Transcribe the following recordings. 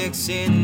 сен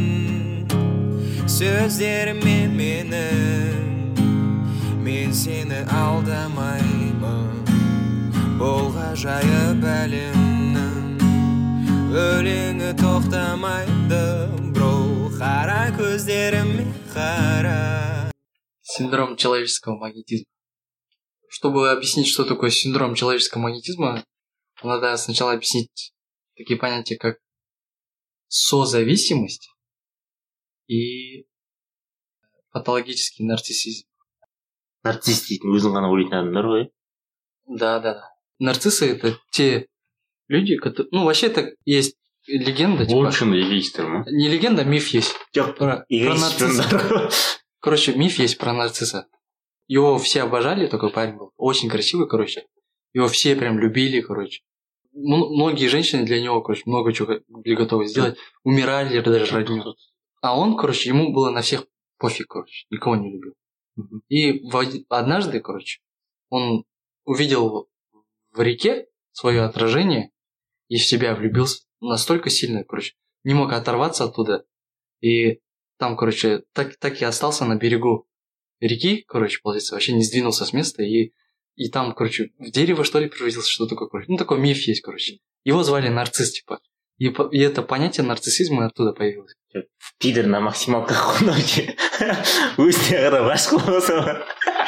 сөздеріме менің мен сені алдамаймын бұл ғажайып әлемнің өлеңі тоқтамайды бро қара көздеріме қара. Синдром человеческого магнетизма. Чтобы объяснить, что такое синдром человеческого магнетизма, надо сначала объяснить такие понятия, как созависимость и патологический нарциссизм. Нарцисс дейтін өзің ғана ойлайтын адамдар ғой. Да. Нарциссы — это те люди, которые... Ну, вообще так есть легенда. Лучшие эгоисты, ма? Не легенда, миф есть. Про нарцисса. Короче, миф есть про нарцисса. Его все обожали, такой парень был. Очень красивый, короче. Его все прям любили, короче. Многие женщины для него, короче, много чего были готовы сделать. Умирали даже ради него. А он, короче, ему было на всех пофиг, короче. Никого не любил. И однажды, короче, он увидел в реке свое отражение и в себя влюбился настолько сильно, короче. Не мог оторваться оттуда. И там, короче, так и остался на берегу реки, короче, получается, вообще не сдвинулся с места. И там, короче, в дерево, что ли, превратился, что такое, короче. Ну, такой миф есть, короче. Его звали нарцисс, типа. И это понятие нарциссизма оттуда появилось. Пидор на максималках қонаушы. Өзіне қарап ғашық болса.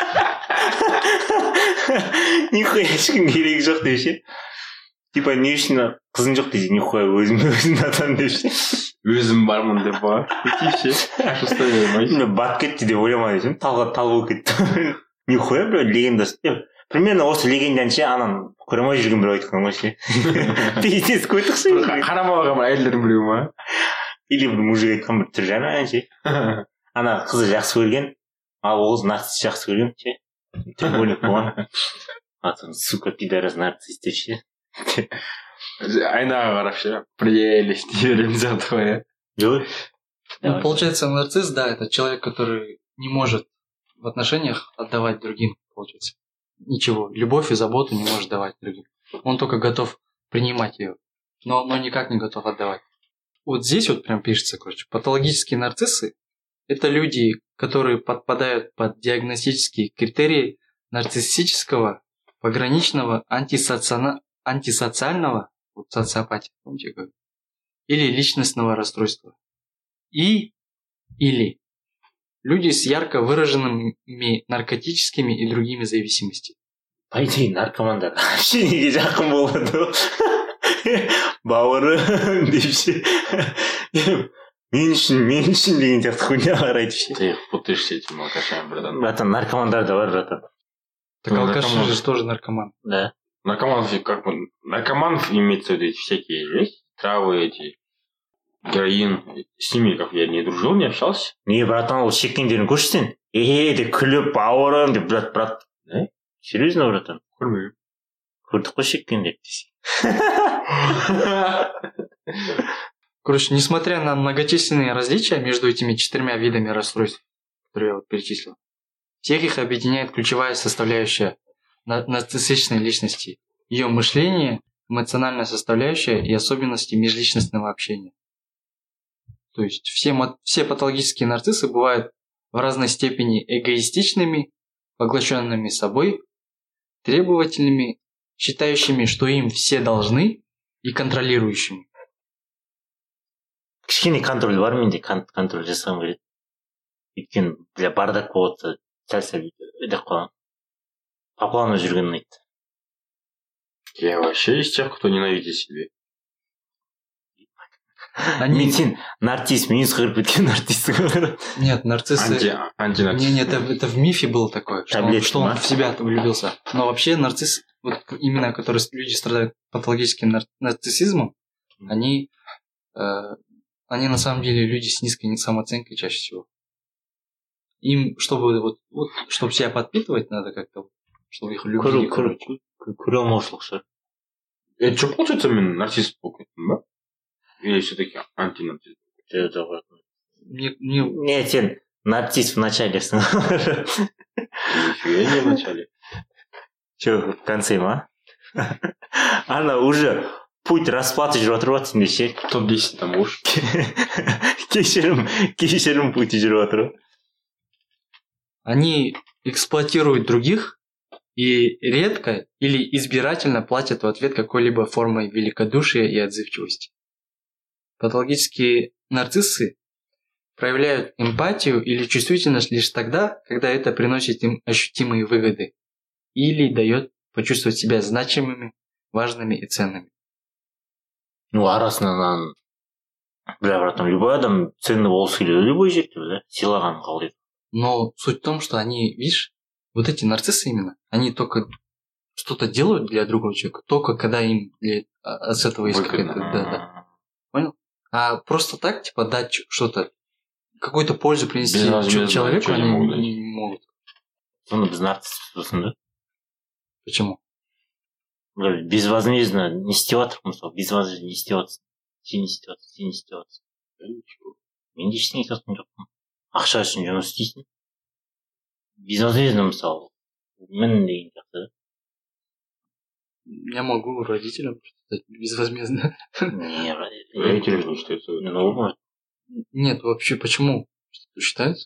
Нихуя ешкім керегі жоқ деуші. Типа не үшін қызың жоқ десе, нихуя өзім атам деуші. Өзім бармын деп ба. Бат кетті деп ойламай десем, тал болып кетті. Нихуя, бля, легендасы. Примерно осы легендан ше анан көремай жүрген бір айтқан ғой ше. Пиздец көйтіқші. Қарамауға әйелдерін білеу ма? Или бір мужик айтқан бір түр жана ше. Ана қызы жақсы көрген, ал ол қыз нарцисс жақсы көрген ше. Тем более болған. Атын сука пидорас нарцисс деп ше. Айнаға қарап ше. Прелесть дерем затоя. Жоқ. Получается, нарцисс, да, это человек, который не может в отношениях отдавать другим, получается. Ничего, любовь и заботу не может давать другим. Он только готов принимать ее, но никак не готов отдавать. Вот здесь вот прям пишется, короче, патологические нарциссы – это люди, которые подпадают под диагностические критерии нарциссического, пограничного, антисоциального, вот социопатия, помните как, или личностного расстройства. Или люди с ярко выраженными наркотическими и другими зависимостями. По идее, наркомандар вообще неге жақын болады. Бауырым деп ше. Мен үшін деген сияқты хуйня қарайды ше. Ты путаешься этим алкашами, братан. Братан, наркомандар да бар, братан. Так алкаши же тоже наркоман. Да. Наркоманов имеется в виду всякие травы эти. Героин, с ними как я не дружил, не общался. Не, братан, ол шеккендерін көршісен. Деп күліп, бауырым деп, брат. Серьезно, братан? Көрмеймін. Көрдік қой шеккендер десе. Короче, несмотря на многочисленные различия между этими 4 видами расстройств, которые я вот перечислил, всех их объединяет ключевая составляющая нарциссичной личности. Ее мышление, эмоциональная составляющая и особенности межличностного общения. То есть все патологические нарциссы бывают в разной степени эгоистичными, поглощенными собой, требовательными, считающими, что им все должны, и контролирующими. Кішкене контроль бар менде, контроль жасағым келеді. Өйткені бля бардак болады, сәл деп қойған. По плану жүрген ұнайды. Я вообще из тех, кто ненавидит себя. Сен нарцисс, минус қырып кеткен нарциссің. Нет, нарциссы... Антинарцисс. Нет, это в мифе было такое, что он в себя влюбился. Но вообще нарцисс, вот именно которые люди страдают патологическим нарциссизмом, они на самом деле люди с низкой самооценкой чаще всего. Им, чтобы чтобы себя подпитывать, надо как-то, чтобы их любили. Көре алмаушылық шығар. Это что, получается, мен нарцисс болып кеттім ба? Или все-таки антинарцисс? Не, сен нарцисс в началесің. Нифига не в начале. Че, в конце ма? Ана уже путь расплаты жүріп жатыр сендер ше. Топ-10 там уж. Кешірім пути жүріп жатыр. Они эксплуатируют других и редко или избирательно платят в ответ какой-либо формой великодушия и отзывчивости. Патологические нарциссы проявляют эмпатию или чувствительность лишь тогда, когда это приносит им ощутимые выгоды или дает почувствовать себя значимыми, важными и ценными. Ну, арасынан, братан, любой адам ценный болса келеді, любой жерде, да? Сыйлаған қалдайды. Но суть в том, что они, видишь, вот эти нарциссы именно, они только что-то делают для другого человека, только когда им с этого есть какая-то... Да. Понял? А просто так, типа, дать что-то, какую-то пользу принести человеку, они не могут. Соны біз нарциспыз, да? Почему? Безвозмездно не істеп жатырмын, мысалы, безвозмездно не істеп жатырсың. Сен не істеп жатырсың. Мен де ештеңе істеп жатқан жоқпын. Ақша үшін жұмыс істейсің. Безвозмездно, мысалы, мін деген сияқты. Я могу родителям дать безвозмездно. Не, Родители не считают. Ну, Нет, вообще почему? Считается?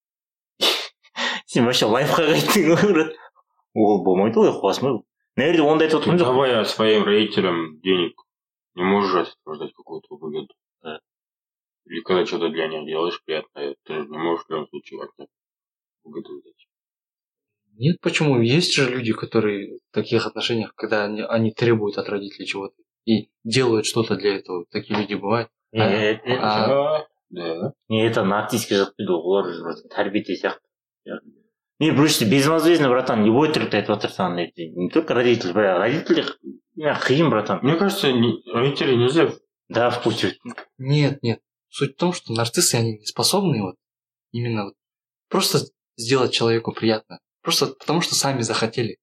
сен вообще лайфхак айттың ғой, брат. Ол болмайды ғой, қуасың ба? Наверное, онда айтып отырған жоқ. Давая своим родителям денег, не можешь ждать какую-то выгоду. Да. Или когда что-то для них делаешь приятное, ты же не можешь в любом случае от них выгоду взять. Нет, почему? Есть же люди, которые в таких отношениях, когда они требуют от родителей чего-то и делают что-то для этого. Такие люди бывают. Да. Не, это нарцисский жатпайды ғой, олар тәрбиете сияқты. Не, просто безвозмездно, братан, любой трюк айтып отырсаң, не только родители, родители қиын, братан. Мне кажется, родители нельзя. Да, в путь. Нет. Суть в том, что нарциссы, они не способны вот именно вот просто сделать человеку приятно. Просто потому, что сами захотели.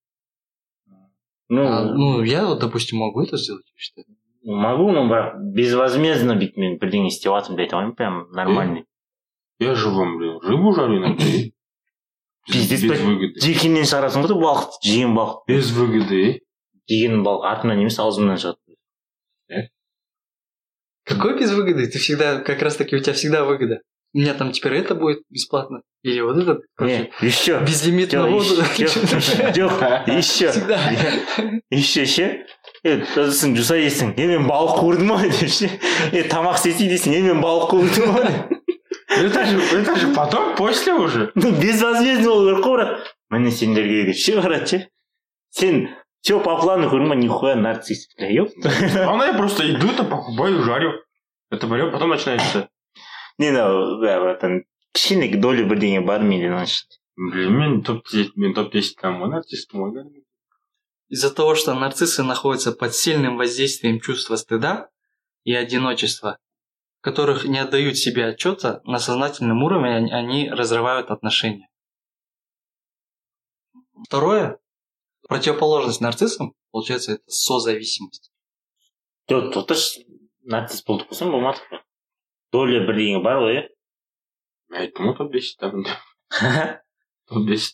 Я вот, допустим, могу это сделать, я считаю. Могу, но бірақ безвозмездно бит мен бірдеңе істеп жатырмын деп айта алмаймын, прям нормальный. Я же вам, рыбу жарю иногда. Без выгоды. Жекеннен шығарасың ғой, балық, жеген балық. Без выгоды. Жеген балық артынан емес, аузымнан шығады. Какой без выгоды? Ты всегда, как раз таки у тебя всегда выгода. У меня там теперь это будет бесплатно. Или вот это, короче, еще. Безлимитно воду. Еще ше. Сосын жуса есің, мен балық қуырдым ма деп ше. Тамақ істейсің дейсің, мен балық қуырдым ма деп. Это же потом, после уже. Безвозмездно болу керек қой, брат. Міне сендерге деп ше, брат, ше. Сен все по плану көрдің ма, нихуя нарцисс. Она я просто иду, там покупаю, жарю. Это варю, потом начинается. Не, братан, кішкене доля бірдеңе бар менде, значит. Блин, мен топ-10 там нарцисс помогали. Из-за того, что нарциссы находятся под сильным воздействием чувства стыда и одиночества, в которых не отдают себе отчета, на сознательном уровне они разрывают отношения. Второе, противоположность нарциссам, получается, это созависимость. Тут нарцисс болдық болсаң болмадық па? Доля бірдеңе бар ғой, е? Мен айттым ғой топ-10 там. Топ-10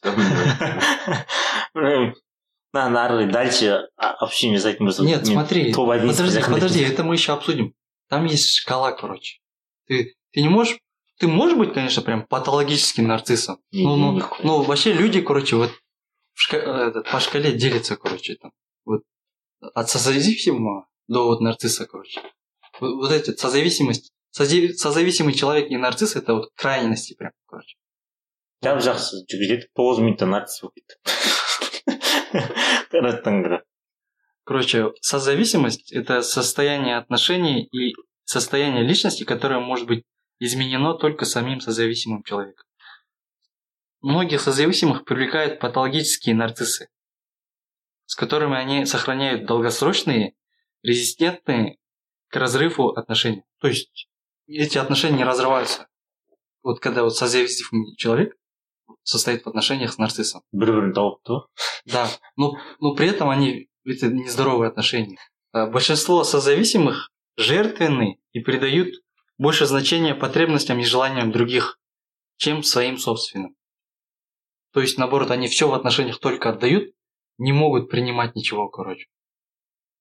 там. Дальше общение с этим. Нет, смотри, подожди, это мы еще обсудим. Там есть шкала, короче. Ты не можешь... Ты можешь быть, конечно, прям патологическим нарциссом. Ну, вообще люди, короче, вот по шкале делятся, короче, там. Вот от созависимого до вот нарцисса, короче. Вот эти созависимый человек и нарцисс — это вот крайности прям, короче. Там жақсы жүгіреді, 9 минутта нарцисс болып кетті. Короче, созависимость — это состояние отношений и состояние личности, которое может быть изменено только самим созависимым человеком. Многих созависимых привлекают патологические нарциссы, с которыми они сохраняют долгосрочные, резистентные к разрыву отношения. То есть эти отношения не разрываются. Вот когда вот созависимый человек состоит в отношениях с нарциссом. Да, но при этом это нездоровые отношения. Большинство созависимых жертвенны и придают больше значения потребностям и желаниям других, чем своим собственным. То есть, наоборот, они все в отношениях только отдают, не могут принимать ничего, короче.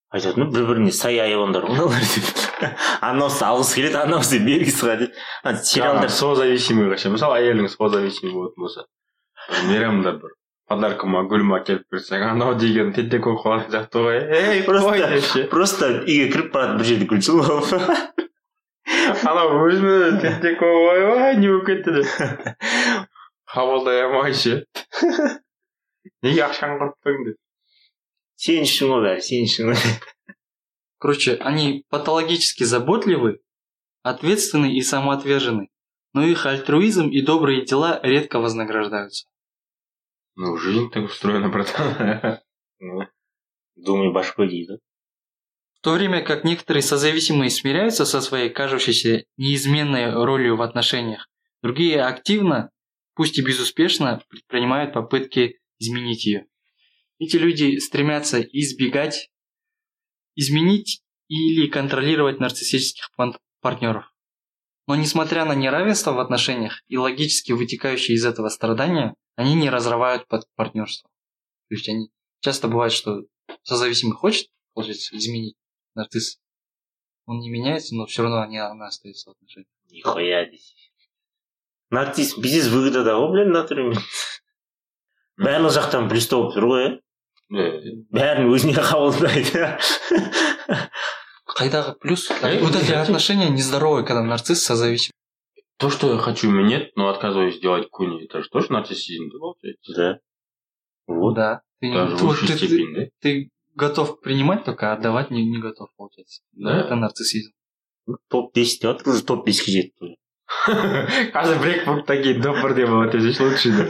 айтатын бір біріне сай айбандар ғой мыналар деп. Анауысы алғысы келеді, анауысы бергісі келеді. Сериалдар созависимый вообще. Мысалы әйелің созависимый болатын болса, мейрамда бір подаркыма гүлім әкеліп берсең, анау деген тетек болып қалатын сияқты ғой. Ей, қой депші. Просто үйге кіріп барады бір жерде гүл сұлып. Анау өзіме тетек ойбай не болып кетті деп. Қабылдай алмайшы. Неге ақшаны құрттың деп. Сен үшін ғой бәрі, сен үшін ғой. Короче, они патологически заботливы, ответственны и самоотвержены, но их альтруизм и добрые дела редко вознаграждаются. Ну, жизнь так устроена, братан. Думай башкой дейді. В то время как некоторые созависимые смиряются со своей кажущейся неизменной ролью в отношениях, другие активно, пусть и безуспешно, предпринимают попытки изменить ее. Эти люди стремятся избегать, изменить или контролировать нарциссических партнеров. Но несмотря на неравенство в отношениях и логически вытекающие из этого страдания, они не разрывают партнерство. То есть они часто бывает, что созависимый хочет, получается, изменить нарцисс. Он не меняется, но все равно она остается в отношениях. Нихуя здесь. Нарцисс бизнес выгодада ғой, блин, натурмен. Бәрін жақтан плюс тауып тұр ғой, бәрін өзіне қабылдайды. Қайдағы плюс? Вот эти отношения нездоровые, когда нарцисс созависим. То, что я хочу иметь, но отказываюсь делать куни, это же тоже нарциссизм, получается? Да. Вот. Да. Даже в высшей степени, да? Ты готов принимать, только отдавать не готов, получается. Да. Это нарциссизм. Топ-10 деп отыр, уже топ-5-ке жетті. Қазір бір-екі пунктан кейін топ-1 деп болады, десеш лучше деп.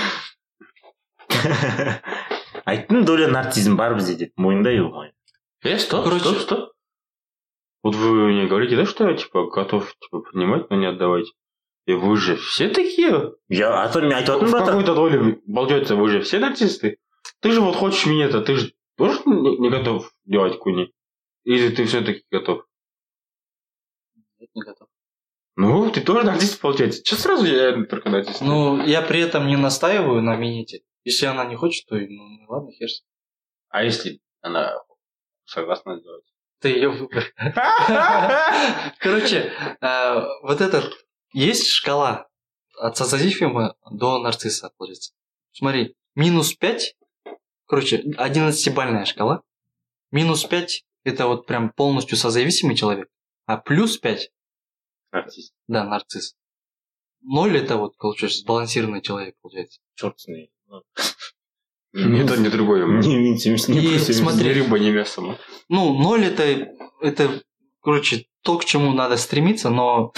Айттым, доля нарциссизм бар бізде деп, мойындай ғой. Стоп. Вот вы мне говорите, да, что я, типа, готов, типа, принимать, но не отдавать. И вы же все такие? Я, а то мне айтып В отырмын, братан. какой-то доле, получается, вы же все нарциссисты? Ты же вот хочешь меня-то, ты же тоже не готов делать куни? Или ты все-таки готов? Нет, не готов. Ну, ты тоже нарциссист, получается. Че сразу я только нарциссист? Ну, я при этом не настаиваю на минете. Если она не хочет, то ну ладно, хер с ним. А если она согласна сделать? Ты ее выбор. Короче, вот этот... Есть шкала от созависимого до нарцисса, получается. Смотри, -5, короче, 11-бальная шкала. -5 это вот прям полностью созависимый человек, а +5 Нарцисс. да, нарцисс. 0 это вот, получается, сбалансированный человек, получается. Черт с ней. Ни то, ни другое. И смотри, Ни рыба, ни мясо. ну, 0 это, короче, то, к чему надо стремиться, но...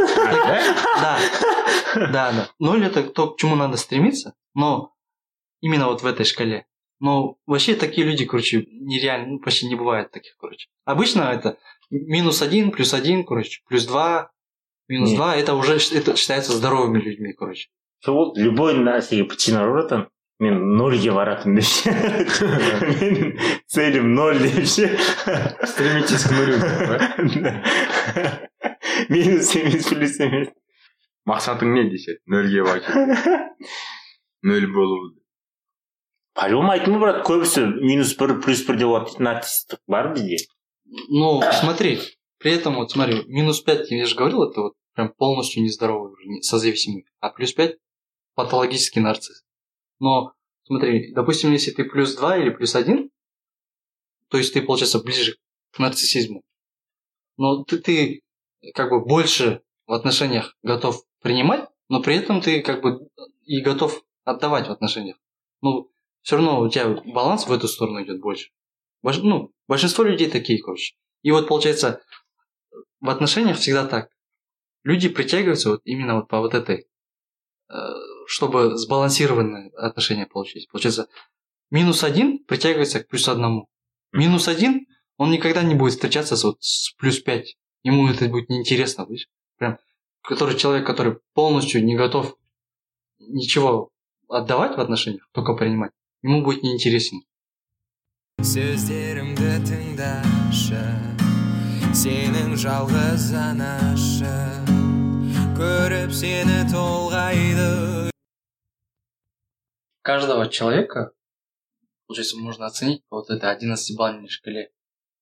Да. 0 это то, к чему надо стремиться, но именно вот в этой шкале. Но вообще такие люди, короче, нереально, ну, почти не бывает таких, короче. Обычно это -1, +1, короче, +2, -2, это уже это считается здоровыми людьми, короче. Сол любой нәрсеге причина бар братан. Мен 0-ге баратын деп ше. Менің целім 0 деп ше. Стремитесь к нулю. Минус емес, плюс емес. Мақсатың не десе? 0-ге барып. 0 болу. По-любому айттым ғой, брат, көбісі -1, +1 деп отыр. Нарциссистік бар бізде. Ну, смотри, при этом вот смотри, -5, я же говорил, это вот прям полностью нездоровый, созависимый, а +5 патологический нарцисс. Но смотри, допустим, если ты +2 или +1, то есть ты, получается, ближе к нарциссизму, но ты как бы больше в отношениях готов принимать, но при этом ты как бы и готов отдавать в отношениях. Ну, все равно у тебя баланс в эту сторону идет больше. Ну, большинство людей такие, короче. И вот получается, в отношениях всегда так. Люди притягиваются вот именно вот по вот этой, чтобы сбалансированные отношения получить. Получается, -1 притягивается к +1. -1, он никогда не будет встречаться с +5. Ему это будет неинтересно. Прям, человек, который полностью не готов ничего отдавать в отношениях, только принимать, ему будет неинтересен. Сөздерімді тыңдашы, сенің жалғыз анашы, көріп сені толғайды. Каждого человека, получается, можно оценить по вот этой 11-бальной шкале.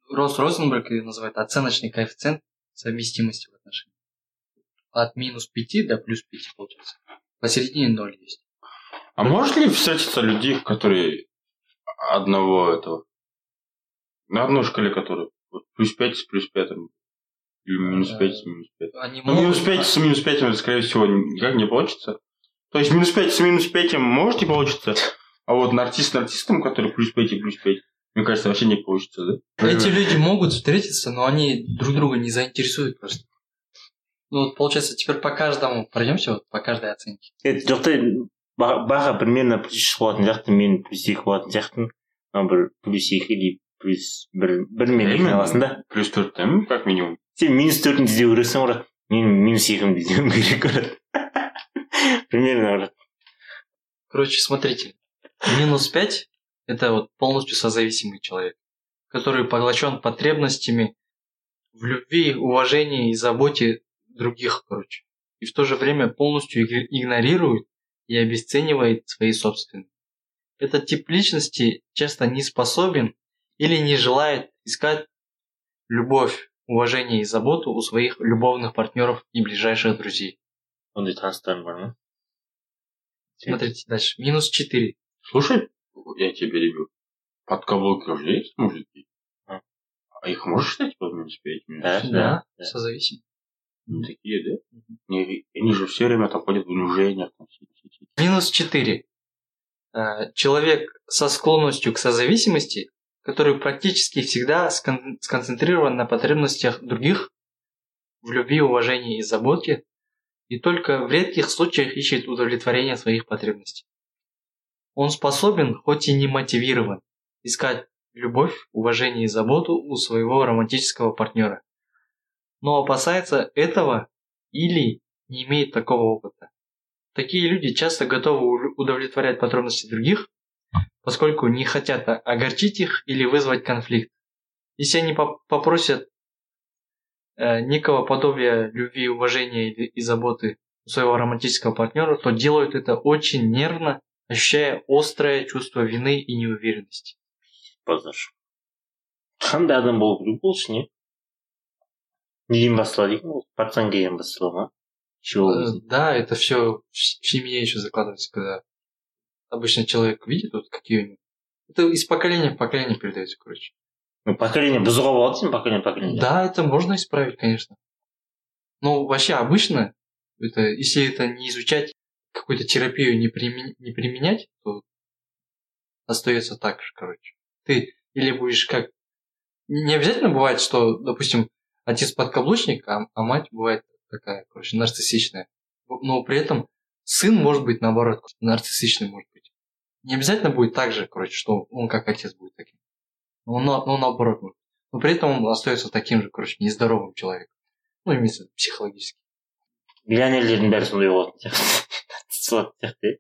Росс Розенберг называет оценочный коэффициент совместимости в отношениях. От -5 до +5 получается. Посередине 0 есть. А может ли встретиться людей, которые одного этого, на одной шкале, которые вот +5 с +5, или -5 с -5? Они Ну, -5 с -5, это, скорее всего, никак не получится. То есть -5 с -5 может и получится, а вот артист с артистом, который +5 и +5, мне кажется, вообще не получится, да? Эти люди могут встретиться, но они друг друга не заинтересуют просто. Ну вот получается, теперь по каждому пройдемся, вот по каждой оценке. Жоқта баға примерно +3 болатын сияқты, мен +2 болатын сияқтымын. Бір +2 или +1 мен 2 арасында. +4, да, как минимум. Сен -4-ді іздеу керексің, брат. Мен -2-ді іздеуім керек, брат. Примерно, брат. Короче, смотрите. -5 – это вот полностью созависимый человек, который поглощен потребностями в любви, уважении и заботе других, короче. И в то же время полностью игнорирует и обесценивает свои собственные. Этот тип личности часто не способен или не желает искать любовь, уважение и заботу у своих любовных партнеров и ближайших друзей. Ондай таныстарың бар ма? Смотрите дальше. -4. Слушай, я тебя перебью. Подкаблуки уже есть мужики? А их можешь считать под -5? Да, созависимые. Ну, такие, да? Они же все время там ходят в унижениях. -4. Человек со склонностью к созависимости, который практически всегда сконцентрирован на потребностях других, в любви, уважении и заботе, и только в редких случаях ищет удовлетворение своих потребностей. Он способен, хоть и не мотивирован, искать любовь, уважение и заботу у своего романтического партнера, но опасается этого или не имеет такого опыта. Такие люди часто готовы удовлетворять потребности других, поскольку не хотят огорчить их или вызвать конфликт. Если они попросят некого подобия любви, уважения и заботы у своего романтического партнера, то делают это очень нервно, ощущая острое чувство вины и неуверенности. Базар. Қандай адам болып керек ол үшін, не? Неден басталады екен ол? Пацангейден басталады ма? Да, это все в семье еще закладывается, когда обычно человек видит, вот какие у него. Это из поколения в поколение передается, короче. Ну, поколение бұзуға болады сен, поколение в поколение. Да, это можно исправить, конечно. Но вообще обычно, если это не изучать, какую-то терапию не применять, то остается так же, короче. Ты или будешь как... Не обязательно бывает, что, допустим, отец подкаблучник, а мать бывает такая, короче, нарциссичная. Но при этом сын может быть, наоборот, нарциссичный может быть. Не обязательно будет так же, короче, что он как отец будет таким. Но наоборот может. Но при этом он остается таким же, короче, нездоровым человеком. Ну, имеется в виду психологически. Миллионерлердің бәрі сондай болатын сияқты.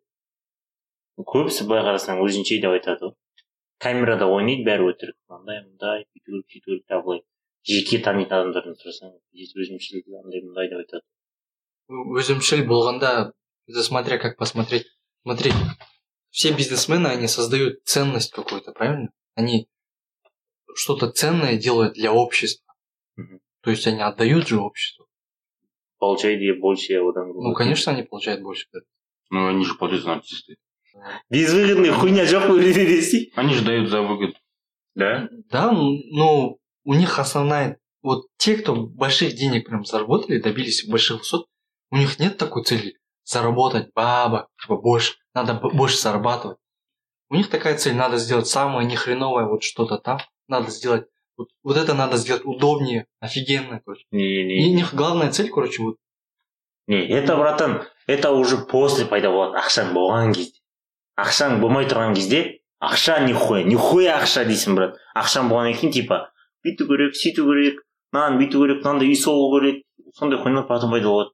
Көбісі былай қарасаң өзінше деп айтады ғой. Камерада ойнайды, бәрі өтірік. Мындай, бүйтіп табылай. Жеке танитын адамдардан сұрасаң, өзімшіл андай деп айтады. Өзімшіл болғанда, это смотря как посмотреть. Смотри, все бизнесмены, они создают ценность какую-то, правильно? Они что-то ценное делают для общества. То есть они отдают же обществу. Получают и больше одан. Ну, конечно, они получают больше. Ну, они же получают за артисты. Безвыгодная хуйня жоқ десей. Они же дают за выгоду. Да? Да, ну, у них основная... Вот те, кто больших денег прям заработали, добились больших высот, у них нет такой цели заработать бабок, больше, надо больше зарабатывать. У них такая цель, надо сделать самое нехреновое вот что-то там, надо сделать, вот это надо сделать удобнее, офигенно, короче. Не. У них главная цель, короче, вот. Не, это, братан, это уже после пайда болады, ақшаң болған кезде. Ақшаң болмай тұрған кезде, ақша нихуя ақша дейсің, брат. Ақшаң болғаннан кейін, типа, бүйту керек, сөйту керек, бүйту керек, мынандай үй салу керек, сондай хуйнар потом пайда болады.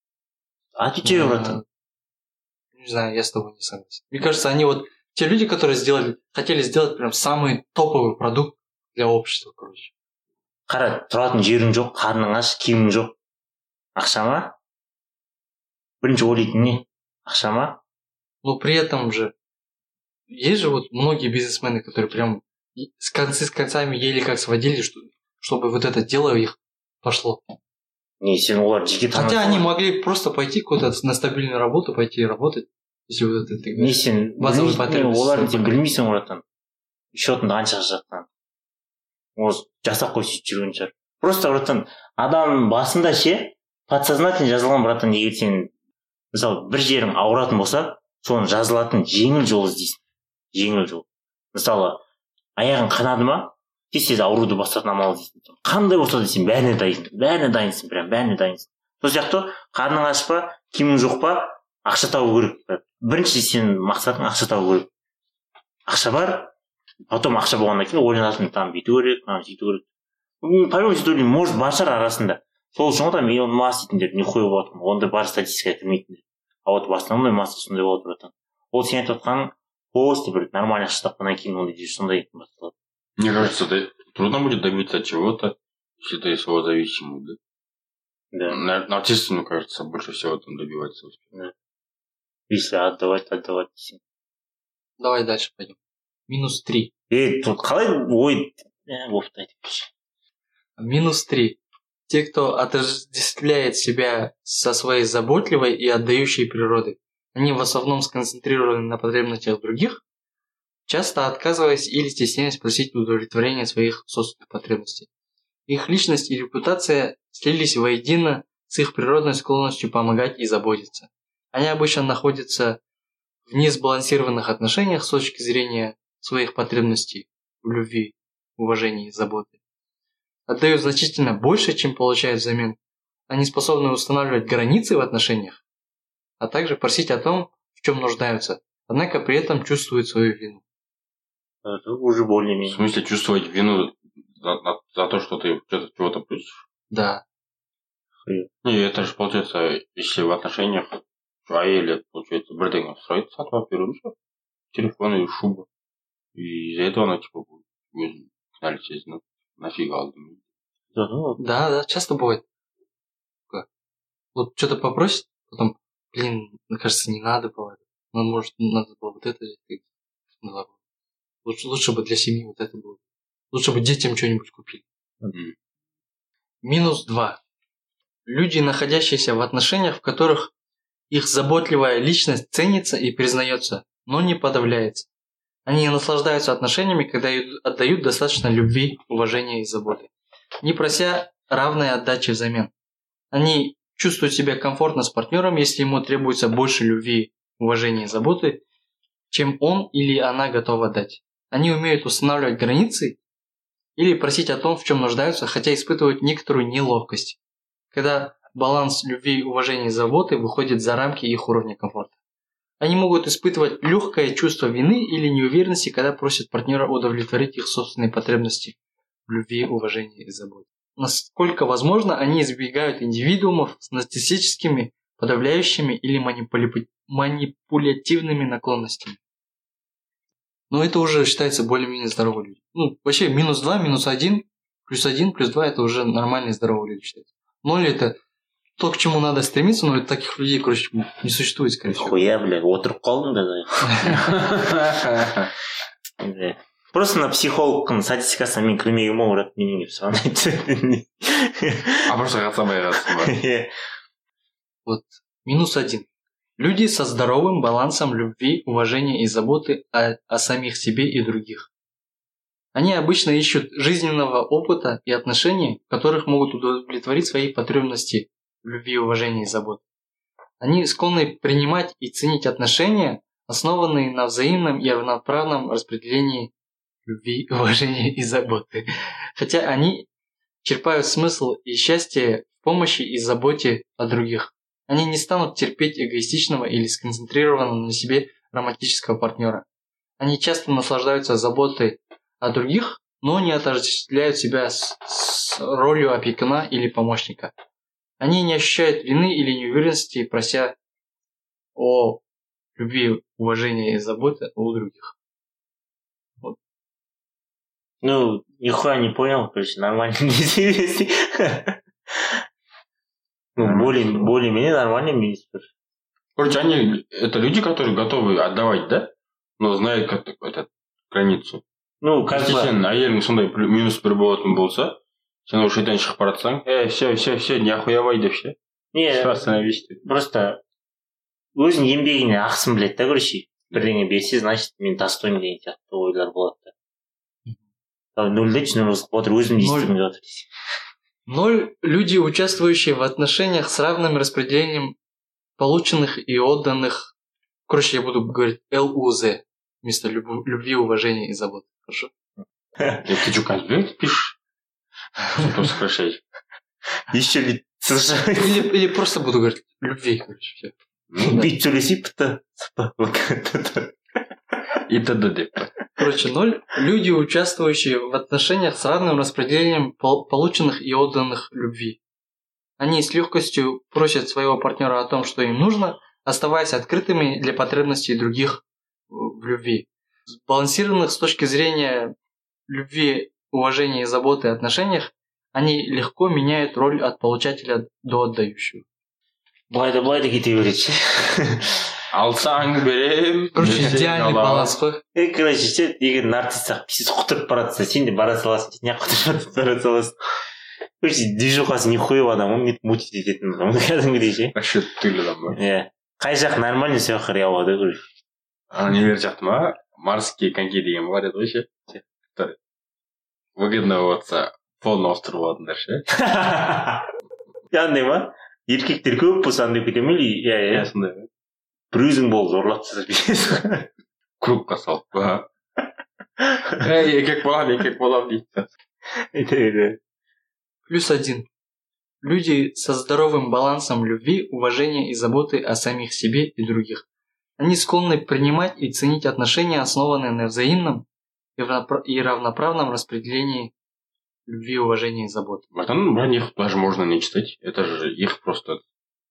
Отвечаю, братан. Не знаю, я с тобой не согласен. Мне кажется, они вот, те люди, которые хотели сделать прям самый топовый продукт для общества, короче. Қара, тұратын жерің жоқ, қарның аш, киімің жоқ. Ақша ма? Бірінші ойлайтын не? Ақша ма? Но при этом же, есть же вот многие бизнесмены, которые прям с концами еле как сводили, чтобы вот это дело их пошло. Не, сен олар жеке Хотя они могли просто пойти куда-то на стабильную работу, пойти работать, если вот это ты не говоришь. сен Базовый потребность. оларды сен білмейсің оратан счетында қанша жатқан осы жасап қой сөйтіп жүрген шығар просто братан адам басында ше подсознательно жазылған братан егер сен мысалы бір жерің ауыратын болса соны жазылатын жеңіл жол іздейсің жеңіл жол мысалы аяғың қанады ма тез ауруды басатын амал іздейсің қандай болса да сен бәріне дайынсың прям бәріне дайынсың сол сияқты қарның аш па киімің жоқ па ақша табу керек бірінші сенің мақсатың ақша табу керек ақша бар потом ақша болғаннан кейін ойланасың там бүйту керек сөйту керек по-моему сөйтіп ойлаймын может бар шығар арасында сол үшін ғой там Илон Маск дейтіндер нихуя болады ондай бар статистикаға кірмейтіндер а вот в основном Маск сондай болады братан ол сен айтып отқаның полностью бір нормально ақша тапқаннан кейін ондай сондай басталады. Мне кажется, трудно будет добиться чего-то, если ты своего зависимый, да? Да. Наверное, артисты, мне кажется, больше всего там добиваются успеха. Если отдавать десең. Давай дальше пойдем. -3. Тут қалай ой опыт айтып -3. Те, кто отождествляет себя со своей заботливой и отдающей природой, они в основном сконцентрированы на потребностях других, часто отказываясь или стесняясь просить удовлетворения своих собственных потребностей. Их личность и репутация слились воедино с их природной склонностью помогать и заботиться. Они обычно находятся в несбалансированных отношениях с точки зрения своих потребностей в любви, уважении и заботе. Отдают значительно больше, чем получают взамен. Они способны устанавливать границы в отношениях, а также просить о том, в чем нуждаются, однако при этом чувствуют свою вину. Это уже более-менее. В смысле чувствовать вину за то, что ты чего-то просишь? Да. Не, это же получается, если в отношениях или получается бірдеңе сұрайды сатып алып беру ше телефон или шуба и из-за этого она типа өзін кінәлі сезініп нафиг алдым. Да, часто бывает. Вот что-то попросит, потом, блин, мне кажется, не надо было. Ну, может, надо было вот это взять. Лучше бы для семьи вот это было. Лучше бы детям что-нибудь купили. -2. Люди, находящиеся в отношениях, в которых их заботливая личность ценится и признается, но не подавляется. Они наслаждаются отношениями, когда отдают достаточно любви, уважения и заботы, не прося равной отдачи взамен. Они чувствуют себя комфортно с партнером, если ему требуется больше любви, уважения и заботы, чем он или она готова дать. Они умеют устанавливать границы или просить о том, в чем нуждаются, хотя испытывают некоторую неловкость, когда баланс любви, уважения и заботы выходит за рамки их уровня комфорта. Они могут испытывать легкое чувство вины или неуверенности, когда просят партнера удовлетворить их собственные потребности в любви, уважении и заботе. Насколько возможно, они избегают индивидуумов с нарциссическими, подавляющими или манипулятивными наклонностями. Но это уже считается более-менее здоровые люди. Ну, вообще -2, -1, +1, +2 это уже нормальные здоровые люди считаются. 0 это то, к чему надо стремиться, но таких людей, короче, не существует, скорее всего. Хуя, бля, отырып қалдың да. Просто на психологтың статистикасына мен кірмегім ғой брат, менің деп соған айтты. А просто қатсамай қатысың ба? Вот, -1. Люди со здоровым балансом любви, уважения и заботы о самих себе и других. Они обычно ищут жизненного опыта и отношений, в которых могут удовлетворить свои потребности в любви, уважении и заботе. Они склонны принимать и ценить отношения, основанные на взаимном и равноправном распределении любви, уважения и заботы. Хотя они черпают смысл и счастье в помощи и заботе о других. Они не станут терпеть эгоистичного или сконцентрированного на себе романтического партнера. Они часто наслаждаются заботой о других, но не отождествляют себя с ролью опекуна или помощника. Они не ощущают вины или неуверенности, прося о любви, уважении и заботе у других. Вот. Ну, нихуя не понял, короче, нормально не Ну, более-менее нормальный министр. Короче, это люди, которые готовы отдавать, да? Но знают как эту границу. Ну, как бы... сен әйелің сондай минус бір болатын болса, сен уже үйден шығып бара жатсаң, все, не охуевай деп ше. Не, Остановись деп. просто өзінің еңбегіне ақысын біледі да, короче. Бірдеңе берсе, значит, мен достоймын деген сияқты ойлар болады да. Нөлде жүзінен озып отыр, өзім естігім жатыр. 0. Люди, участвующие в отношениях с равным распределением полученных и отданных. Короче, я буду говорить ЛУЗ вместо любви, уважения и заботы. Хорошо? Ты что, конспект пишешь? Что сокращать? Еще ли Или просто буду говорить любви, короче, все. бит сөйлесейік бітті. И т.д. деп. Короче, 0. Люди, участвующие в отношениях с равным распределением полученных и отданных любви. Они с легкостью просят своего партнера о том, что им нужно, оставаясь открытыми для потребностей других в любви. Сбалансированных с точки зрения любви, уважения и заботы отношениях, они легко меняют роль от получателя до отдающего. Былай да кете береді. Алсаң берем. Короче, идеальный баланс қой. Короче, ше, егер нарцисс писец құтырып бара жатса, сен де бара саласың, не құтырып бара саласың. Короче, движухасы нихуя адам, он мутить ететін адам, кәдімгідей ше. Вообще түрлі адам ба? Иә. Қай жақ нормальный, сол жақ ряу да, короче. Невер жақты ма? Марские коньки деген бар еді ғой ше. Выгодно болса, полно ауыстырып алатындар ше. Яғни ма? Еркектер көп болса андай кете ме? Иә, сондай. бір өзің болып зорлап тастап Кругқа салып па. Еркек болам дейді. +1. Люди со здоровым балансом любви, уважения и заботы о самих себе и других. Они склонны принимать и ценить отношения, основанные на взаимном и равноправном распределении любви, уважения и заботы. Там про них даже можно не читать. Это же их просто...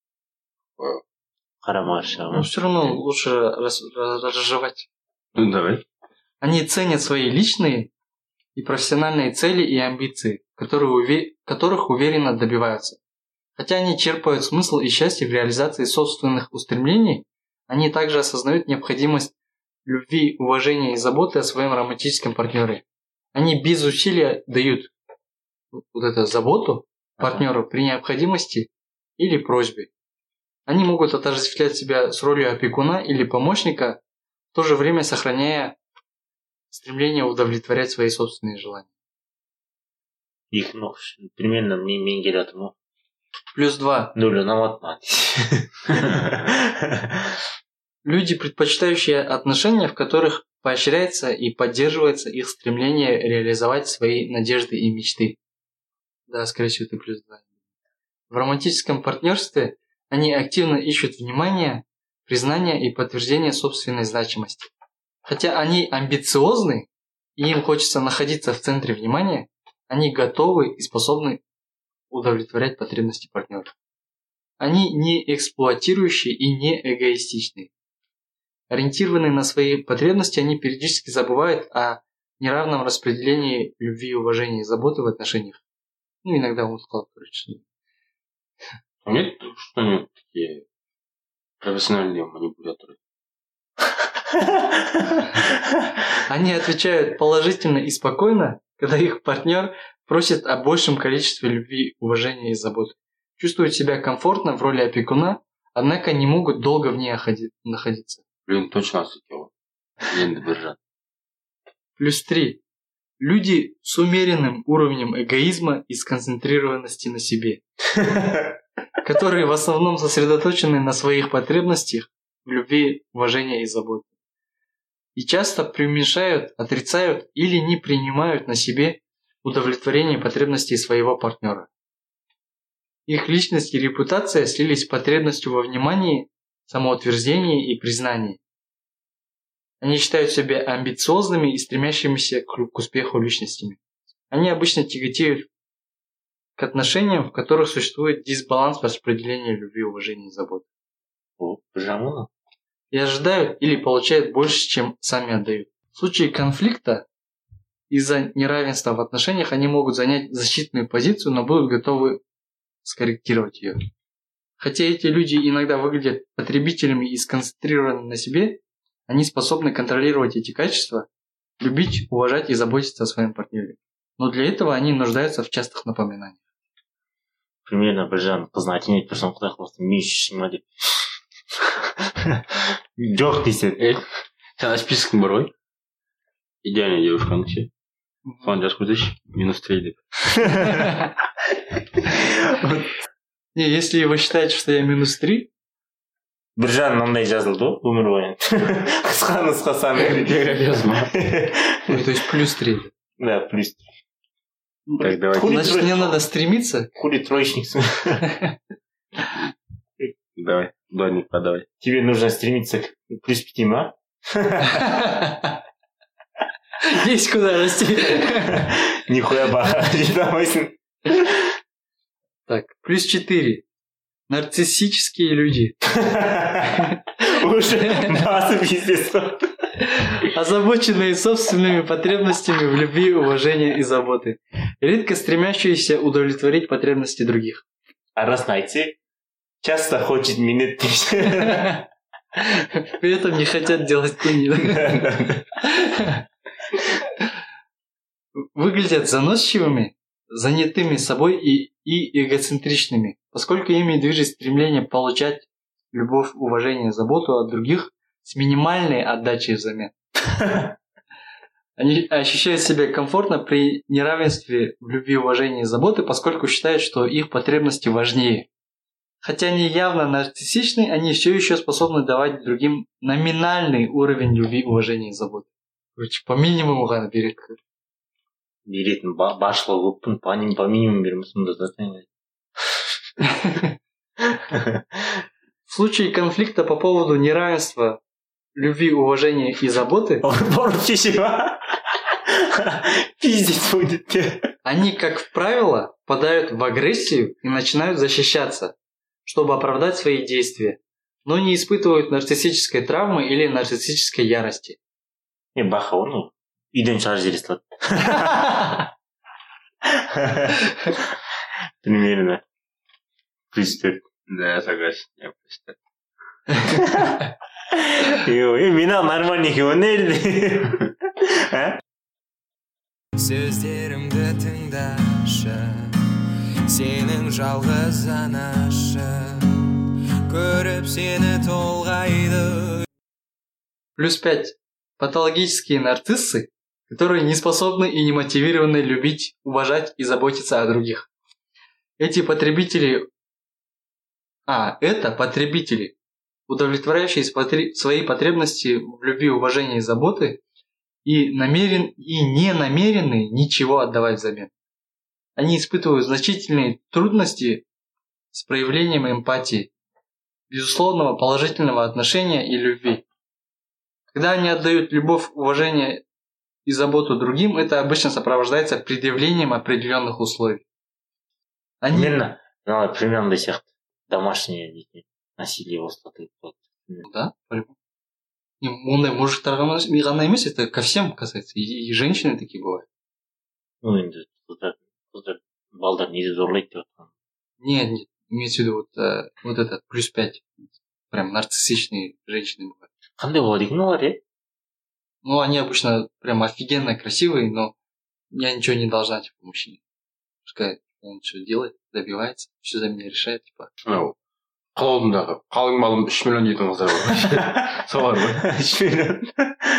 Но все равно лучше разжевать. Ну, давай. Они ценят свои личные и профессиональные цели и амбиции, которых уверенно добиваются. Хотя они черпают смысл и счастье в реализации собственных устремлений, они также осознают необходимость любви, уважения и заботы о своем романтическом партнере. Они без усилия дают вот эту заботу партнеру при необходимости или просьбе. Они могут отождествлять себя с ролью опекуна или помощника, в то же время сохраняя стремление удовлетворять свои собственные желания. Их, примерно мен келе жатыр ма? +2. Нөл ұнамады ма? Люди, предпочитающие отношения, в которых поощряется и поддерживается их стремление реализовать свои надежды и мечты. Да, скорее всего, это +2. В романтическом партнерстве они активно ищут внимания, признания и подтверждения собственной значимости. Хотя они амбициозны, и им хочется находиться в центре внимания, они готовы и способны удовлетворять потребности партнера. Они не эксплуатирующие и не эгоистичные. Ориентированные на свои потребности, они периодически забывают о неравном распределении любви, уважения и заботы в отношениях. Ну, иногда он сказал, короче. Нет что-нибудь такие профессиональные манипуляторы? Они отвечают положительно и спокойно, когда их партнер просит о большем количестве любви, уважения и заботы. Чувствуют себя комфортно в роли опекуна, однако не могут долго в ней находиться. Блин, точно осветил. Енді бір жат. +3. Люди с умеренным уровнем эгоизма и сконцентрированности на себе, которые в основном сосредоточены на своих потребностях в любви, уважении и заботе. И часто преуменьшают, отрицают или не принимают на себе удовлетворение потребностей своего партнера. Их личность и репутация слились с потребностью во внимании, самоутверждении и признании. Они считают себя амбициозными и стремящимися к успеху личностями. Они обычно тяготеют к отношениям, в которых существует дисбаланс в распределении любви, уважения и заботы. И ожидают или получают больше, чем сами отдают. В случае конфликта из-за неравенства в отношениях они могут занять защитную позицию, но будут готовы скорректировать ее. Хотя эти люди иногда выглядят потребителями и сконцентрированы на себе, они способны контролировать эти качества любить, уважать и заботиться о своем партнере. Но для этого они нуждаются в частых напоминаниях. Примерно бір жағын қызын әтең айтып тұрсам құдай қаласа мен үшін ма деп жоқ десе Сен спискің бар ғой. Идеальная девушканың ше. Соны жазып көрсейші. -3 деп. Не, если вы считаете, что я -3, бір жағын мынандай жазылды ғой өмір бойы қысқа нұсқа саны ну, то есть +3. да плюс Так, давай. Значит, мне надо стремиться. хули троечниксың Давай. Донник подавай. тебе нужно стремиться к +5 ма Есть куда расти. нихуя баха жете алмайсың Так, +4. Нарциссические люди. уже басы пиздец қой Озабоченные собственными потребностями в любви, уважении и заботы. Редко стремящиеся удовлетворить потребности других. арасын айтсек часто хочет минет При этом не хотят делать куни. Выглядят заносчивыми, занятыми собой и эгоцентричными, поскольку ими движет стремление получать любовь, уважение, заботу от других с минимальной отдачей взамен. Они ощущают себя комфортно при неравенстве в любви, уважении и заботе, поскольку считают, что их потребности важнее. Хотя они явно нарциссичны, они все еще способны давать другим номинальный уровень любви, уважения и заботы. Короче, по минимуму ғана береді. беретін басшылығы көппін по минимуму береміз мұнда затаң В случае конфликта по поводу неравенства любви, уважения и заботы, барып шеше ма пиздец будет они, как правило, впадают в агрессию и начинают защищаться, чтобы оправдать свои действия, но не испытывают нарциссической травмы или нарциссической ярости. не баха оны үйден шығарып жібере салады примерно +4 Да, согласен. Я +4. мен ақ нормальный екен ғой сөздерімді тыңдашы сенің жалғыз анашы көріп сені толғайды. +5. Патологические нарциссы, которые не способны и не мотивированы любить, уважать и заботиться о других. Это потребители, удовлетворяющие свои потребности в любви, уважении и заботы и не намерены ничего отдавать взамен. Они испытывают значительные трудности с проявлением эмпатии, безусловного положительного отношения и любви. Когда они отдают любовь, уважение и заботу другим, это обычно сопровождается предъявлением определенных условий. примерно примерно сияқты домашнее дейтін насилие бастады. Да, по-любому. Ондай мужиктарға ғана емес, это ко всем касается. И женщины такие бывают. ну енді қыздар балдар неде зорлайды деп жатқан Нет, имеется в виду вот этот +5. Прям нарциссичные женщины бывают. қандай болады екен олар Ну, они обычно прям офигенно красивые, но я ничего не должна, типа, мужчине. Пускай он все делает, добивается, все за меня решает, типа. Қалауымдағы қалың малым 3 миллион дейтін қыздар бар. Солар ғой. 3 миллион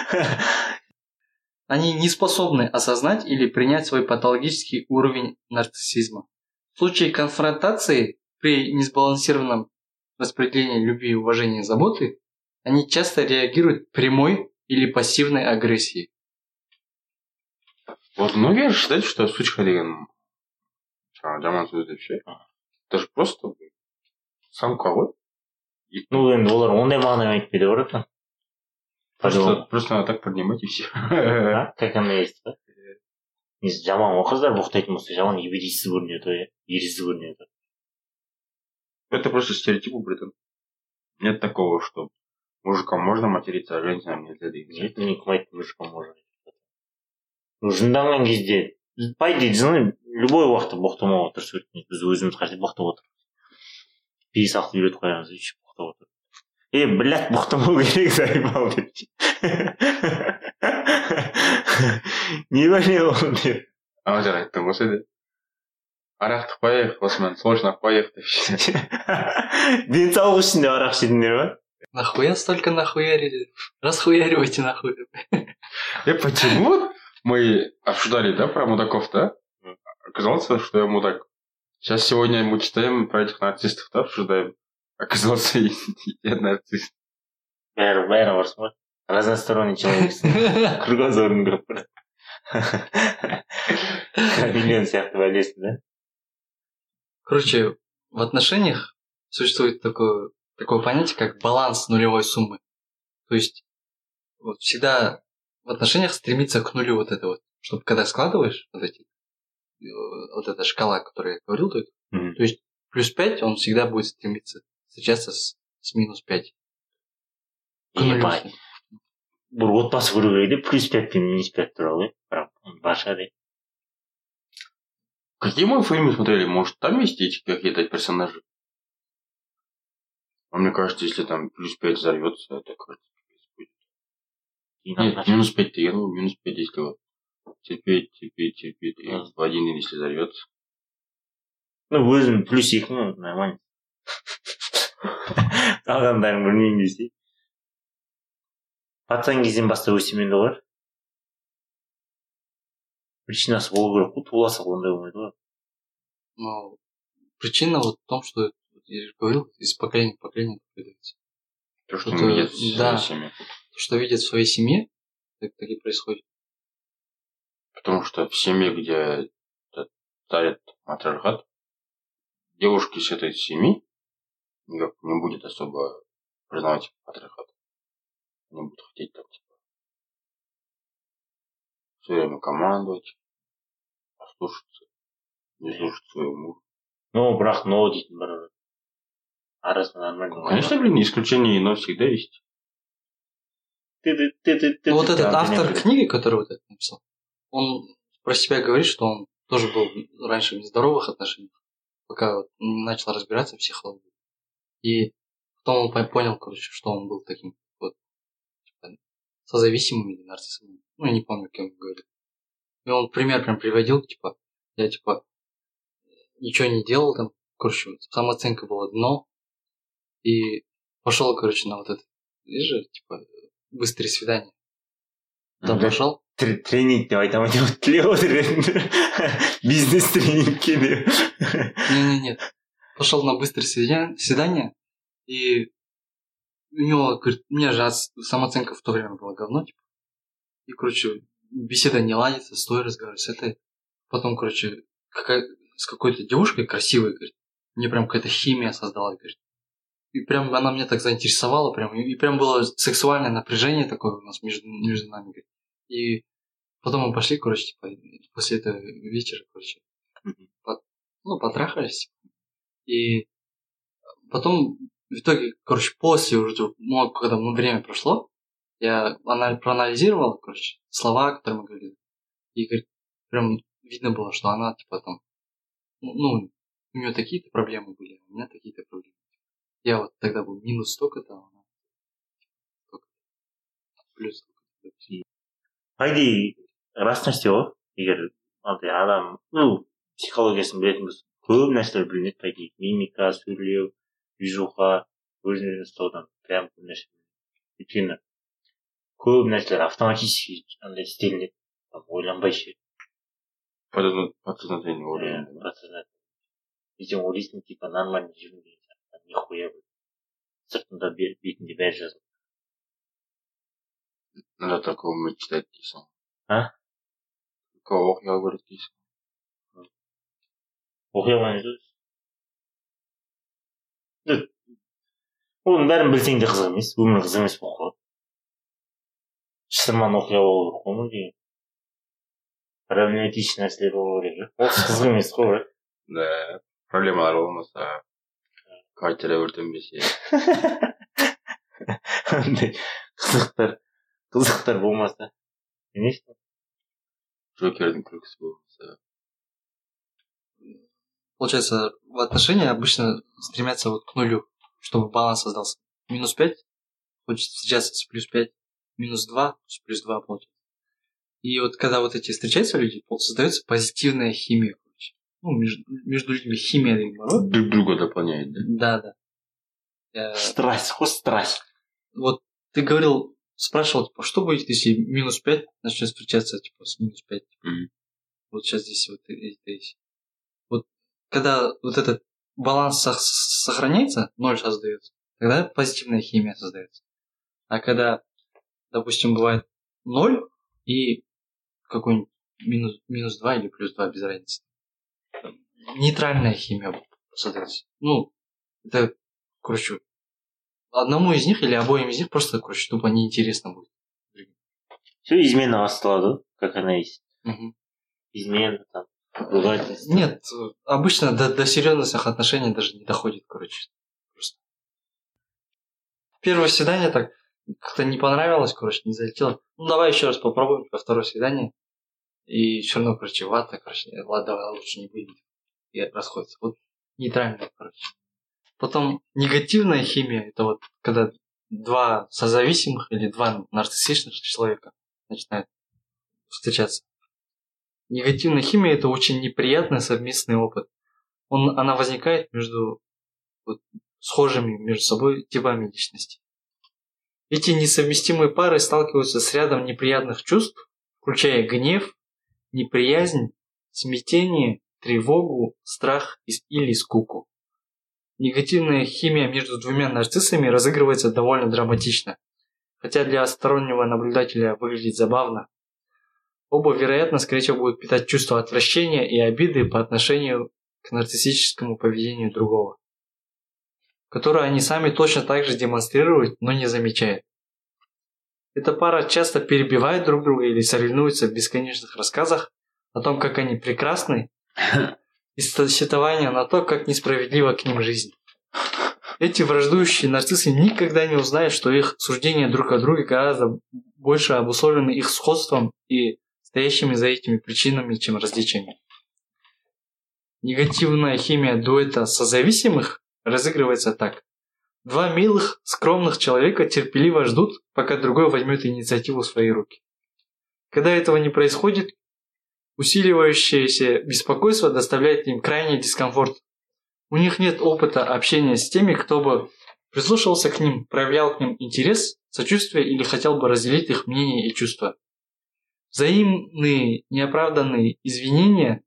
Они не способны осознать или принять свой патологический уровень нарциссизма. В случае конфронтации при несбалансированном распределении любви, уважения и заботы, они часто реагируют прямой или пассивной агрессией. Вот многие считают, что сучка деген жаман сөз деп ше. Это же просто самка ғой. ну енді олар ондай мағына айтпайды ғой Просто надо так поднимать и все. как она есть па жаман ғой қыздар боқтайтын болса жаман ебедейсіз көрінеді ғой ересіз көрінеді. Это просто стереотип убран. Нет такого, что мужикам можно материться, а женщинам нельзя деген. нет мен кім айтты мужикам можно жынданған кезде по идее жыны любой уақытта боқтамауға тырысу керек біз өзіміз қарсы боқтап отырмыз бей салқып үйретіп қоямыз и боқтап отырмыз блядь боқтамау керек заебал деп не бәле ол деп. ана жер айттым осы еді. Арақты қояйық, осымен сложно қояйық деп. Денсаулық үшін де арақ ішетіндер ма? Нахуя столько нахуярили? Расхуяривайте нахуй. Почему мы обсуждали, да, про мудаков, да? Оказалось, что я мудак. Сейчас сегодня мы читаем про этих нарциссов, да, обсуждаем. Оказался я нарцисс. бәрі барсың ғой. Разносторонний человексің. Кругозорың көріп барады. Хамелеон сияқты бәлесің, да? Короче, в отношениях существует такое понятие, как баланс нулевой суммы. То есть вот всегда в отношениях стремиться к нулю вот это вот. Чтобы когда складываешь вот эта шкала, о которой я говорил, то есть плюс 5, он всегда будет стремиться встречаться с минус 5. Ебать. Бір отбасы көру керек де, плюс 5 пен минус 5 туралы. Барша де. Какие мы фильмы смотрели? Может, там есть эти какие-то персонажи? А мне кажется, если там плюс 5 взорвется, это кажется, будет. Нет, минус 5-то, я думаю, минус 5, если вот терпеть, и в один, если взорвется. Ну, өзім плюс 2, ну, нормально. Қалғандарын білмеймін десе. Пацан кезден бастап өсеменді олар. Причинасы болу керек қой, туласа ондай болмайды ғой. Но причина вот в том, что я же говорил, из поколения в поколение передается. То, что видят в своей семье. То, что видят в своей семье, так и происходит. Потому что в семье, где царит матриархат, девушки с этой семьи никак не будет особо признавать патриархат. Они будут хотеть там, типа, все время командовать, послушаться, не слушать своего мужа. Ну, бірақ но дейтін бір арасында нормально. Конечно, блин, исключение ино всегда есть. Вот этот автор книги, который вот это написал, он про себя говорит, что он тоже был раньше в нездоровых отношениях, пока вот начал разбираться в психологии. И потом он понял, короче, что он был таким вот типа, созависимым или нарциссом. Ну, я не помню, кем он говорит. И он пример прям приводил, типа, я типа ничего не делал там, короче, самооценка была дно. И пошел, короче, на вот это, видишь же, типа, быстрые свидания. Там пошел. Тренинг деп айтамын деп тілеп отыр. Бизнес тренингке деп. Нет. Пошел на быстрое свидание, и у него, говорит, у меня же самооценка в то время была говно, типа. И, короче, беседа не ладится, стой, разговаривай с этой. Потом, короче, с какой-то девушкой красивой, говорит, мне прям какая-то химия создалась, говорит. И прям она меня так заинтересовала, прям, и прям было сексуальное напряжение такое у нас между нами, говорит. И потом мы пошли, короче, типа, после этого вечера, короче, потрахались. И потом, в итоге, короче, после уже, когда время прошло, она проанализировала, короче, слова, которые мы говорили. И, говорит, прям видно было, что она, типа, там, ну, у нее такие-то проблемы были, у меня такие-то проблемы. Я вот тогда был минус столько-то, а она плюс столько-то. По идее, рас нәрсе ғой. Егер адам, психологиясын білетін болса, көп нәрселер білінеді, по идее. Мимика, сөйлеу, движуха, өзін ұстаудан прям көп нәрсе. Өйткені көп нәрселер автоматически істелінеді. Ойланбай ше. Подсознательно ойланады. Подсознательно. И сен ойлайсың, типа, нормально жүрмін деген сияқты. Нихуя бы. Сыртында бетінде бәрі жазылды. Надо такого мечтать дейсің. А? Такого оқиға көреді дейсің. Оқиға не сөз? Оның бәрін білсең де қызық емес. Өмір қызық емес болып қалады. Шытырман оқиға болу керек қой деген. Проблематичный нәрселер болу керек. Ол қызық емес қой. Да. Проблемалар болмаса, квартира өртенбесе. Қызықтар болмаса. Конечно. Джокердің күлкісі болмаса. Получается, в отношениях обычно стремятся вот к нулю, чтобы баланс создался. Минус 5, хочется встречаться с плюс 5, минус 2, с плюс 2 получается. И вот когда вот эти встречаются люди, создается позитивная химия, короче. Ну, между людьми химия, наоборот. Друг друга дополняет, да? Да. Страсть, страсть. Вот ты спрашивал, типа, что будет, если -5 начнет встречаться, типа, с -5? Вот сейчас здесь вот это есть. Вот когда вот этот баланс сохраняется, 0 создается, тогда позитивная химия создается. А когда, допустим, бывает 0 и какой-нибудь -2 или +2, без разницы, нейтральная химия создается. Ну, это, короче, одному из них или обоим из них просто, короче, тупо неинтересно будет. Все, измена басталады, как она есть. Угу. Измена там. Бывает. Нет, обычно до серьезных отношений даже не доходит, короче. Просто. Первое свидание так как-то не понравилось, короче, не залетело. Ну, давай еще раз попробуем, второе свидание. И все равно, короче, ладно, давай лучше не будем. И расходится. Вот нейтральная, короче. Потом негативная химия, это вот когда два созависимых или два нарциссичных человека начинают встречаться. Негативная химия – это очень неприятный совместный опыт. Она возникает между схожими между собой типами личности. Эти несовместимые пары сталкиваются с рядом неприятных чувств, включая гнев, неприязнь, смятение, тревогу, страх или скуку. Негативная химия между двумя нарциссами разыгрывается довольно драматично, хотя для стороннего наблюдателя выглядит забавно. Оба, вероятно, скорее всего, будут питать чувство отвращения и обиды по отношению к нарциссическому поведению другого, которое они сами точно так же демонстрируют, но не замечают. Эта пара часто перебивает друг друга или соревнуется в бесконечных рассказах о том, как они прекрасны, и сетования на то, как несправедлива к ним жизнь. Эти враждующие нарциссы никогда не узнают, что их суждения друг о друге гораздо больше обусловлены их сходством и стоящими за этими причинами, чем различиями. Негативная химия дуэта созависимых разыгрывается так. Два милых, скромных человека терпеливо ждут, пока другой возьмет инициативу в свои руки. Когда этого не происходит, усиливающееся беспокойство доставляет им крайний дискомфорт. У них нет опыта общения с теми, кто бы прислушивался к ним, проявлял к ним интерес, сочувствие или хотел бы разделить их мнение и чувства. Взаимные неоправданные извинения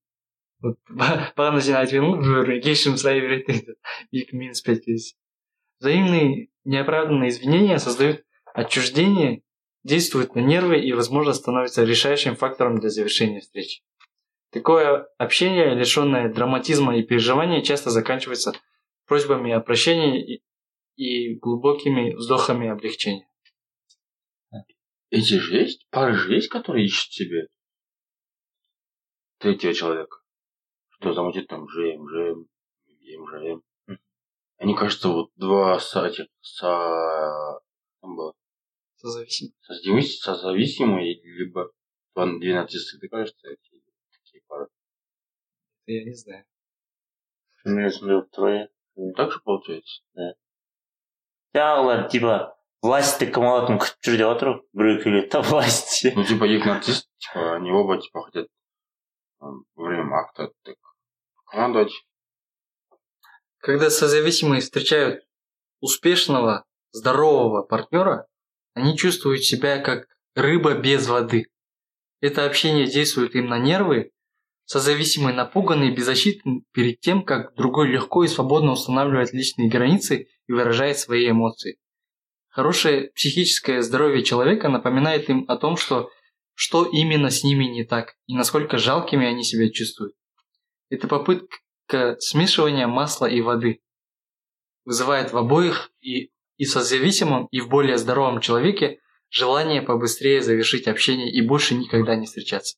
взаимные неоправданные извинения создают отчуждение, действуют на нервы и, возможно, становятся решающим фактором для завершения встречи. Такое общение, лишенное драматизма и переживания, часто заканчивается просьбами о прощении и глубокими вздохами облегчения. Эти же есть? Пары же есть, которые ищут себе третьего человека? Что замутит там ЖМ. Они, кажется, вот два созависимые, либо две нарциссы, кажется, такие пары. Я не знаю. Трое. Так же получается? Да. Жаңағылар типа властьты кім алатынын күтіп жүр деп отыр ғой. Біреу келеді да власть. Ну, типа, их нарцисс, типа, они оба, типа, хотят во время акта так командовать. Когда созависимые встречают успешного, здорового партнера, они чувствуют себя как рыба без воды. Это общение действует им на нервы, созависимые напуганы и беззащитны перед тем, как другой легко и свободно устанавливает личные границы и выражает свои эмоции. Хорошее психическое здоровье человека напоминает им о том, что именно с ними не так и насколько жалкими они себя чувствуют. Это попытка смешивания масла и воды вызывает в обоих и созависимом, и в более здоровом человеке желание побыстрее завершить общение и больше никогда не встречаться.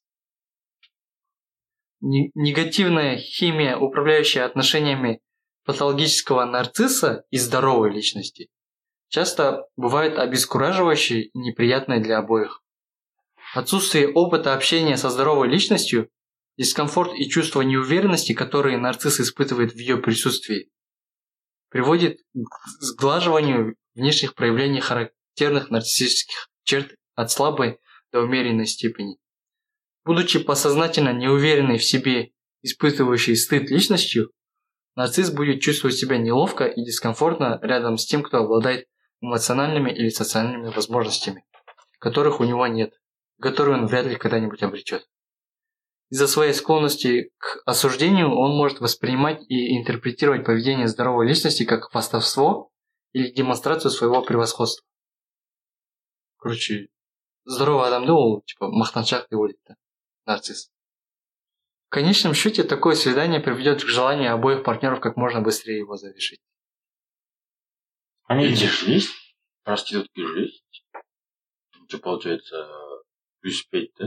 Негативная химия, управляющая отношениями патологического нарцисса и здоровой личности, часто бывает обескураживающей и неприятной для обоих. Отсутствие опыта общения со здоровой личностью, дискомфорт и чувство неуверенности, которые нарцисс испытывает в ее присутствии, приводит к сглаживанию внешних проявлений характерных нарциссических черт от слабой до умеренной степени. Будучи подсознательно неуверенной в себе, испытывающей стыд личностью, нарцисс будет чувствовать себя неловко и дискомфортно рядом с тем, кто обладает эмоциональными или социальными возможностями, которых у него нет, которые он вряд ли когда-нибудь обретет. Из-за своей склонности к осуждению он может воспринимать и интерпретировать поведение здоровой личности как хвастовство или демонстрацию своего превосходства. Короче, здоровый адамды ол типа мақтаншақ деп ойлайды, нарцисс. В конечном счете такое свидание приведет к желанию обоих партнеров как можно быстрее его завершить. Они Эти же есть? Проститутки же есть? Что получается, +5, да?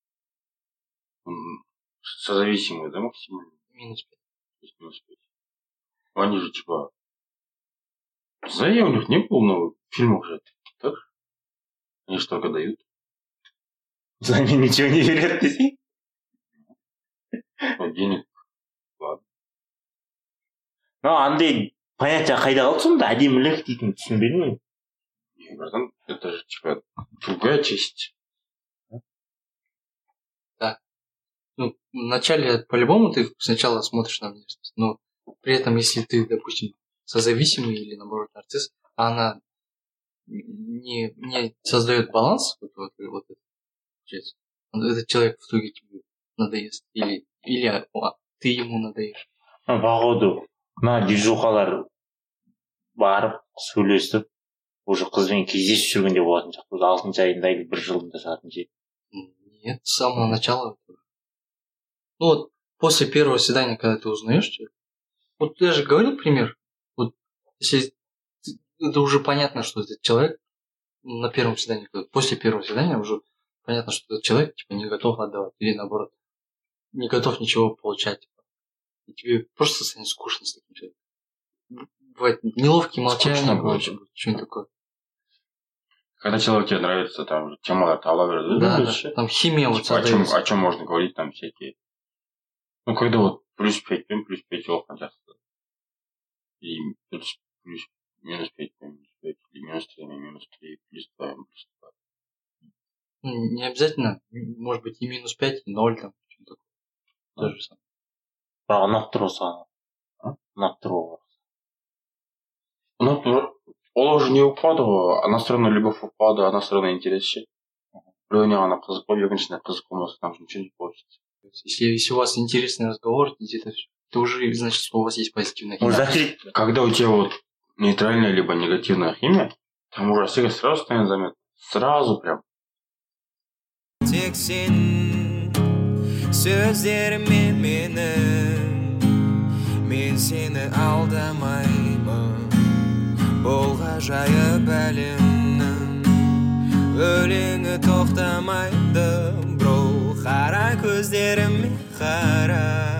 Созависимые, да, максимально? -5. -5. Они же типа... Зая у них не было, но в фильмах же так. Они же только дают. за ними ничего не верят, десей? Денег. Ладно. Ну, андай понятие қайда қалды сонда? Әдемілік дейтін түсінбедім мен. Не, братан, это же типа другая честь. Ну, вначале по-любому ты сначала смотришь на внешность, но при этом, если ты, допустим, созависимый или, наоборот, нарцисс, а она не создает баланс, вот этот человек в итоге тебе надоест, или ты ему надоешь. Походу, мына движухалар барып сөйлесіп, уже қызбен кездесіп жүргенде болатын сияқты. 6 айында или 1 жылында шығатын ше. Нет, с самого начала. Ну вот, после первого свидания, когда ты узнаешь человека, вот я же говорил пример, вот если это уже понятно, что этот человек на первом свидании, после первого свидания уже понятно, что этот человек типа не готов отдавать, или наоборот, не готов ничего получать. И тебе просто станет скучно с таким человеком. Бывает неловкие молчания, что-нибудь такое. Когда человек тебе нравится, там темалар тала береді. Да, там химия вот создается. О чем можно говорить, там всякие. Ну, когда вот +5 пен +5 жолыққан жақсы. И плюс -5 пен -5, или -3 мен -3, +2 мен +2. Не обязательно, может быть и -5, и 0 там. Что-то такое. То же самое. Бірақ ұнап тұр саған. Ұнап тұр ол. Ну, ол уже не упады ғой, она все равно любовь упады, она все равно интерес ше. Біреуіне ғана қызық болып, екіншісіне қызық болмаса, там ничего не получится. Если у вас интересный разговор, то уже значит, что у вас есть позитивная химия. Когда у тебя вот нейтральная либо негативная химия, там уже всегда сразу станет заметно. Сразу прям. Тек сен сөздеріме мен сені алдамаймын. Бұл ғажайып әлемнің өлеңі тоқтамайды, бро. Қара көздеріме қара.